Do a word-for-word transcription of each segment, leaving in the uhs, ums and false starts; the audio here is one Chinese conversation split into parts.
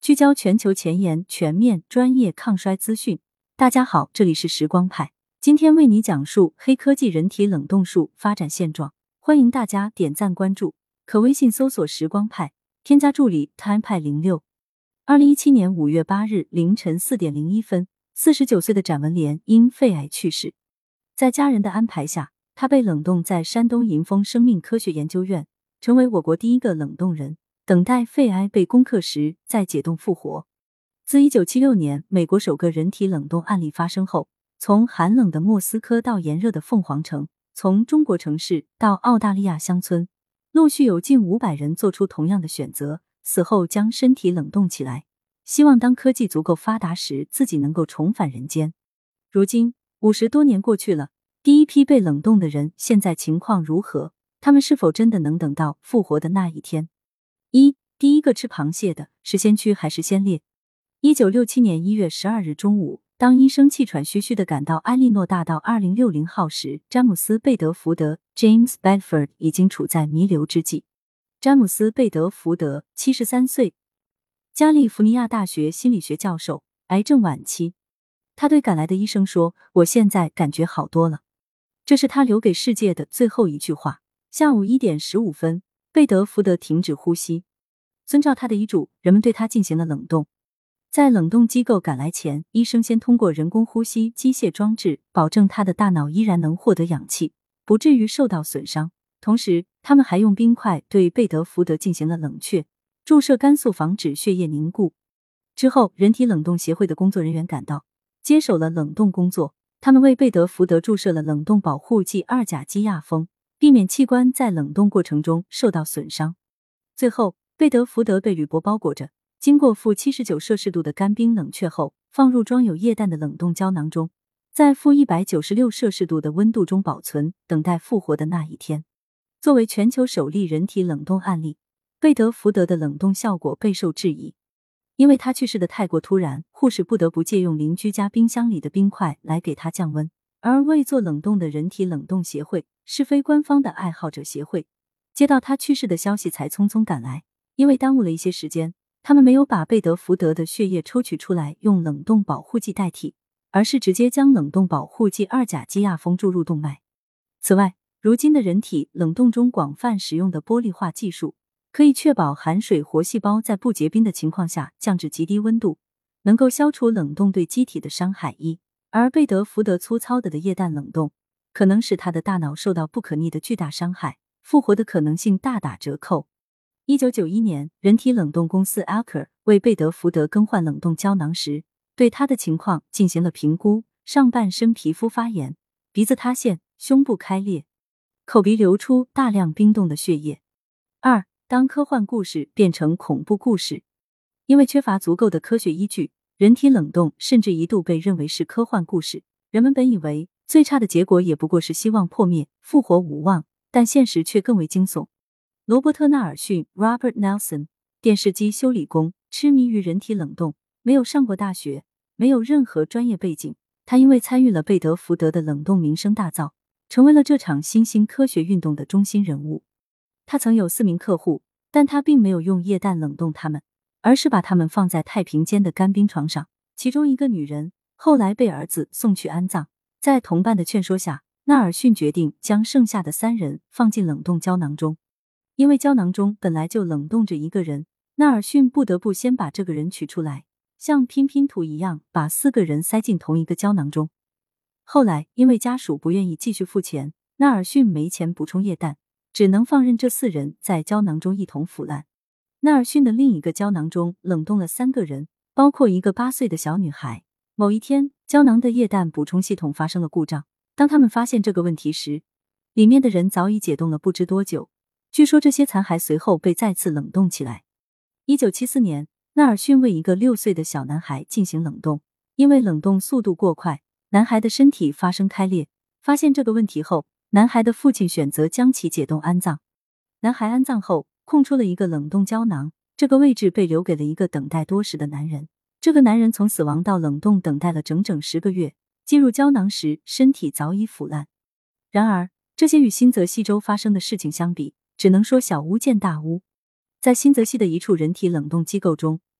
聚焦全球前沿、全面、专业抗衰资讯。大家好，这里是时光派，今天为你讲述黑科技人体冷冻术发展现状。欢迎大家点赞关注，可微信搜索时光派，添加助理 time 派零六。二零一七年五月八日凌晨四点零一分，四十九岁的展文莲因肺癌去世。在家人的安排下，他被冷冻在山东银丰生命科学研究院，成为我国第一个冷冻人，等待肺癌被攻克时再解冻复活。自一九七六年美国首个人体冷冻案例发生后，从寒冷的莫斯科到炎热的凤凰城，从中国城市到澳大利亚乡村，陆续有近五百人做出同样的选择，死后将身体冷冻起来，希望当科技足够发达时，自己能够重返人间。如今五十多年过去了，第一批被冷冻的人现在情况如何？他们是否真的能等到复活的那一天？一、第一个吃螃蟹的是先驱还是先烈？一九六七年一月十二日中午，当医生气喘吁吁地赶到埃利诺大道二零六零号时，詹姆斯·贝德福德 James Bedford 已经处在弥留之际。詹姆斯·贝德福德七十三岁，加利福尼亚大学心理学教授，癌症晚期。他对赶来的医生说：“我现在感觉好多了。”这是他留给世界的最后一句话。下午一点十五分，贝德福德停止呼吸。遵照他的遗嘱，人们对他进行了冷冻。在冷冻机构赶来前，医生先通过人工呼吸机械装置保证他的大脑依然能获得氧气，不至于受到损伤。同时，他们还用冰块对贝德福德进行了冷却，注射肝素防止血液凝固。之后，人体冷冻协会的工作人员赶到，接手了冷冻工作。他们为贝德福德注射了冷冻保护剂二甲基亚峰，避免器官在冷冻过程中受到损伤。最后，贝德福德被铝箔包裹着，经过负七十九摄氏度的干冰冷却后，放入装有液氮的冷冻胶囊中，在负一百九十六摄氏度的温度中保存，等待复活的那一天。作为全球首例人体冷冻案例，贝德福德的冷冻效果备受质疑。因为他去世的太过突然，护士不得不借用邻居家冰箱里的冰块来给他降温。而为做冷冻的人体冷冻协会是非官方的爱好者协会，接到他去世的消息才匆匆赶来。因为耽误了一些时间，他们没有把贝德福德的血液抽取出来用冷冻保护剂代替，而是直接将冷冻保护剂二甲基亚峰注入动脉。此外，如今的人体冷冻中广泛使用的玻璃化技术，可以确保含水活细胞在不结冰的情况下降至极低温度，能够消除冷冻对机体的伤害。一而贝德福德粗糙的的液氮冷冻，可能使他的大脑受到不可逆的巨大伤害，复活的可能性大打折扣。一九九一年，人体冷冻公司 Alker 为贝德福德更换冷冻胶囊时，对他的情况进行了评估，上半身皮肤发炎，鼻子塌陷，胸部开裂，口鼻流出大量冰冻的血液。二当科幻故事变成恐怖故事。因为缺乏足够的科学依据，人体冷冻甚至一度被认为是科幻故事。人们本以为最差的结果也不过是希望破灭，复活无望，但现实却更为惊悚。罗伯特·纳尔逊 Robert Nelson 电视机修理工，痴迷于人体冷冻，没有上过大学，没有任何专业背景。他因为参与了贝德福德的冷冻名声大噪，成为了这场新兴科学运动的中心人物。他曾有四名客户，但他并没有用液氮冷冻他们，而是把他们放在太平间的干冰床上。其中一个女人后来被儿子送去安葬，在同伴的劝说下，纳尔逊决定将剩下的三人放进冷冻胶囊中。因为胶囊中本来就冷冻着一个人，纳尔逊不得不先把这个人取出来，像拼拼图一样把四个人塞进同一个胶囊中。后来因为家属不愿意继续付钱，纳尔逊没钱补充液氮，只能放任这四人在胶囊中一同腐烂。纳尔逊的另一个胶囊中冷冻了三个人，包括一个八岁的小女孩。某一天，胶囊的液氮补充系统发生了故障。当他们发现这个问题时，里面的人早已解冻了不知多久。据说这些残骸随后被再次冷冻起来。一九七四年，纳尔逊为一个六岁的小男孩进行冷冻，因为冷冻速度过快，男孩的身体发生开裂。发现这个问题后，男孩的父亲选择将其解冻安葬。男孩安葬后，空出了一个冷冻胶囊，这个位置被留给了一个等待多时的男人。这个男人从死亡到冷冻等待了整整十个月，进入胶囊时身体早已腐烂。然而，这些与新泽西州发生的事情相比，只能说小巫见大巫。在新泽西的一处人体冷冻机构中，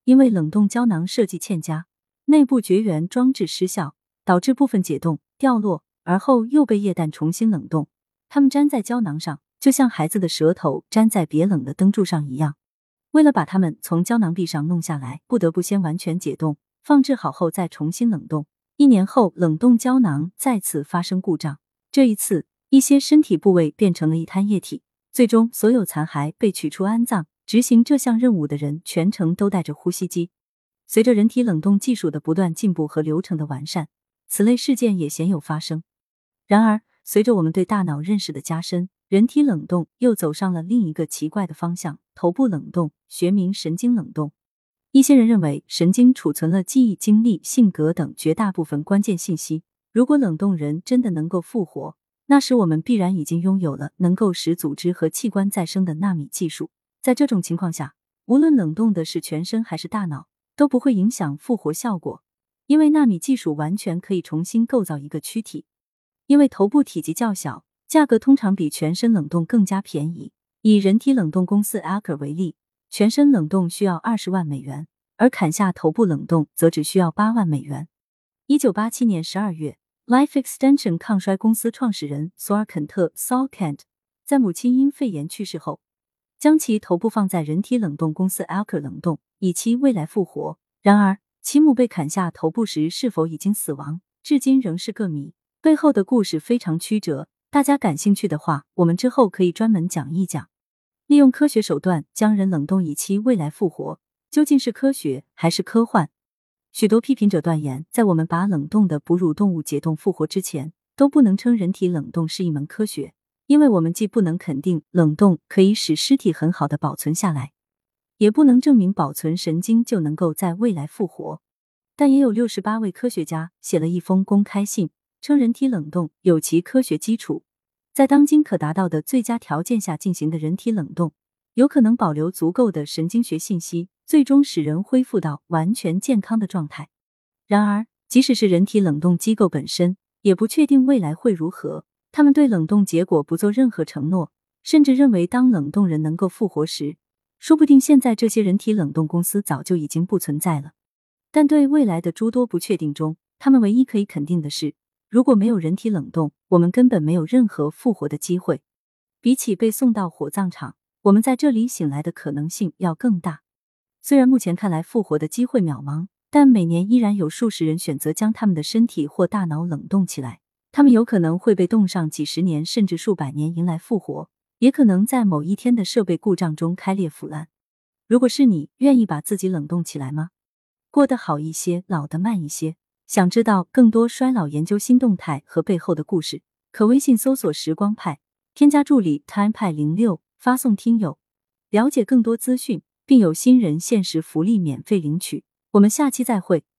因为冷冻胶囊设计欠佳，内部绝缘装置失效，导致部分解冻、掉落，而后又被液氮重新冷冻。它们粘在胶囊上，就像孩子的舌头粘在别冷的灯柱上一样。为了把它们从胶囊壁上弄下来，不得不先完全解冻，放置好后再重新冷冻。一年后，冷冻胶囊再次发生故障，这一次一些身体部位变成了一滩液体，最终所有残骸被取出安葬。执行这项任务的人全程都带着呼吸机。随着人体冷冻技术的不断进步和流程的完善，此类事件也鲜有发生。然而，随着我们对大脑认识的加深，人体冷冻又走上了另一个奇怪的方向——头部冷冻，学名神经冷冻。一些人认为，神经储存了记忆、精力、性格等绝大部分关键信息。如果冷冻人真的能够复活，那时我们必然已经拥有了能够使组织和器官再生的纳米技术。在这种情况下，无论冷冻的是全身还是大脑，都不会影响复活效果，因为纳米技术完全可以重新构造一个躯体。因为头部体积较小，价格通常比全身冷冻更加便宜。以人体冷冻公司 Alker 为例，全身冷冻需要二十万美元，而砍下头部冷冻则只需要八万美元。一九八七年十二月 ，Life Extension 抗衰公司创始人索尔肯特 Saul Kent 在母亲因肺炎去世后，将其头部放在人体冷冻公司 Alker 冷冻，以期未来复活。然而，其母被砍下头部时是否已经死亡，至今仍是个谜。背后的故事非常曲折，大家感兴趣的话，我们之后可以专门讲一讲。利用科学手段将人冷冻以期未来复活，究竟是科学还是科幻？许多批评者断言，在我们把冷冻的哺乳动物解冻复活之前，都不能称人体冷冻是一门科学。因为我们既不能肯定冷冻可以使尸体很好的保存下来，也不能证明保存神经就能够在未来复活。但也有六十八位科学家写了一封公开信，称人体冷冻有其科学基础，在当今可达到的最佳条件下进行的人体冷冻，有可能保留足够的神经学信息，最终使人恢复到完全健康的状态。然而，即使是人体冷冻机构本身，也不确定未来会如何。他们对冷冻结果不做任何承诺，甚至认为当冷冻人能够复活时，说不定现在这些人体冷冻公司早就已经不存在了。但对未来的诸多不确定中，他们唯一可以肯定的是，如果没有人体冷冻，我们根本没有任何复活的机会。比起被送到火葬场，我们在这里醒来的可能性要更大。虽然目前看来复活的机会渺茫，但每年依然有数十人选择将他们的身体或大脑冷冻起来。他们有可能会被冻上几十年甚至数百年迎来复活，也可能在某一天的设备故障中开裂腐烂。如果是你，愿意把自己冷冻起来吗？过得好一些，老得慢一些。想知道更多衰老研究新动态和背后的故事，可微信搜索时光派，添加助理 time 派零六，发送听友，了解更多资讯，并有新人限时福利免费领取。我们下期再会。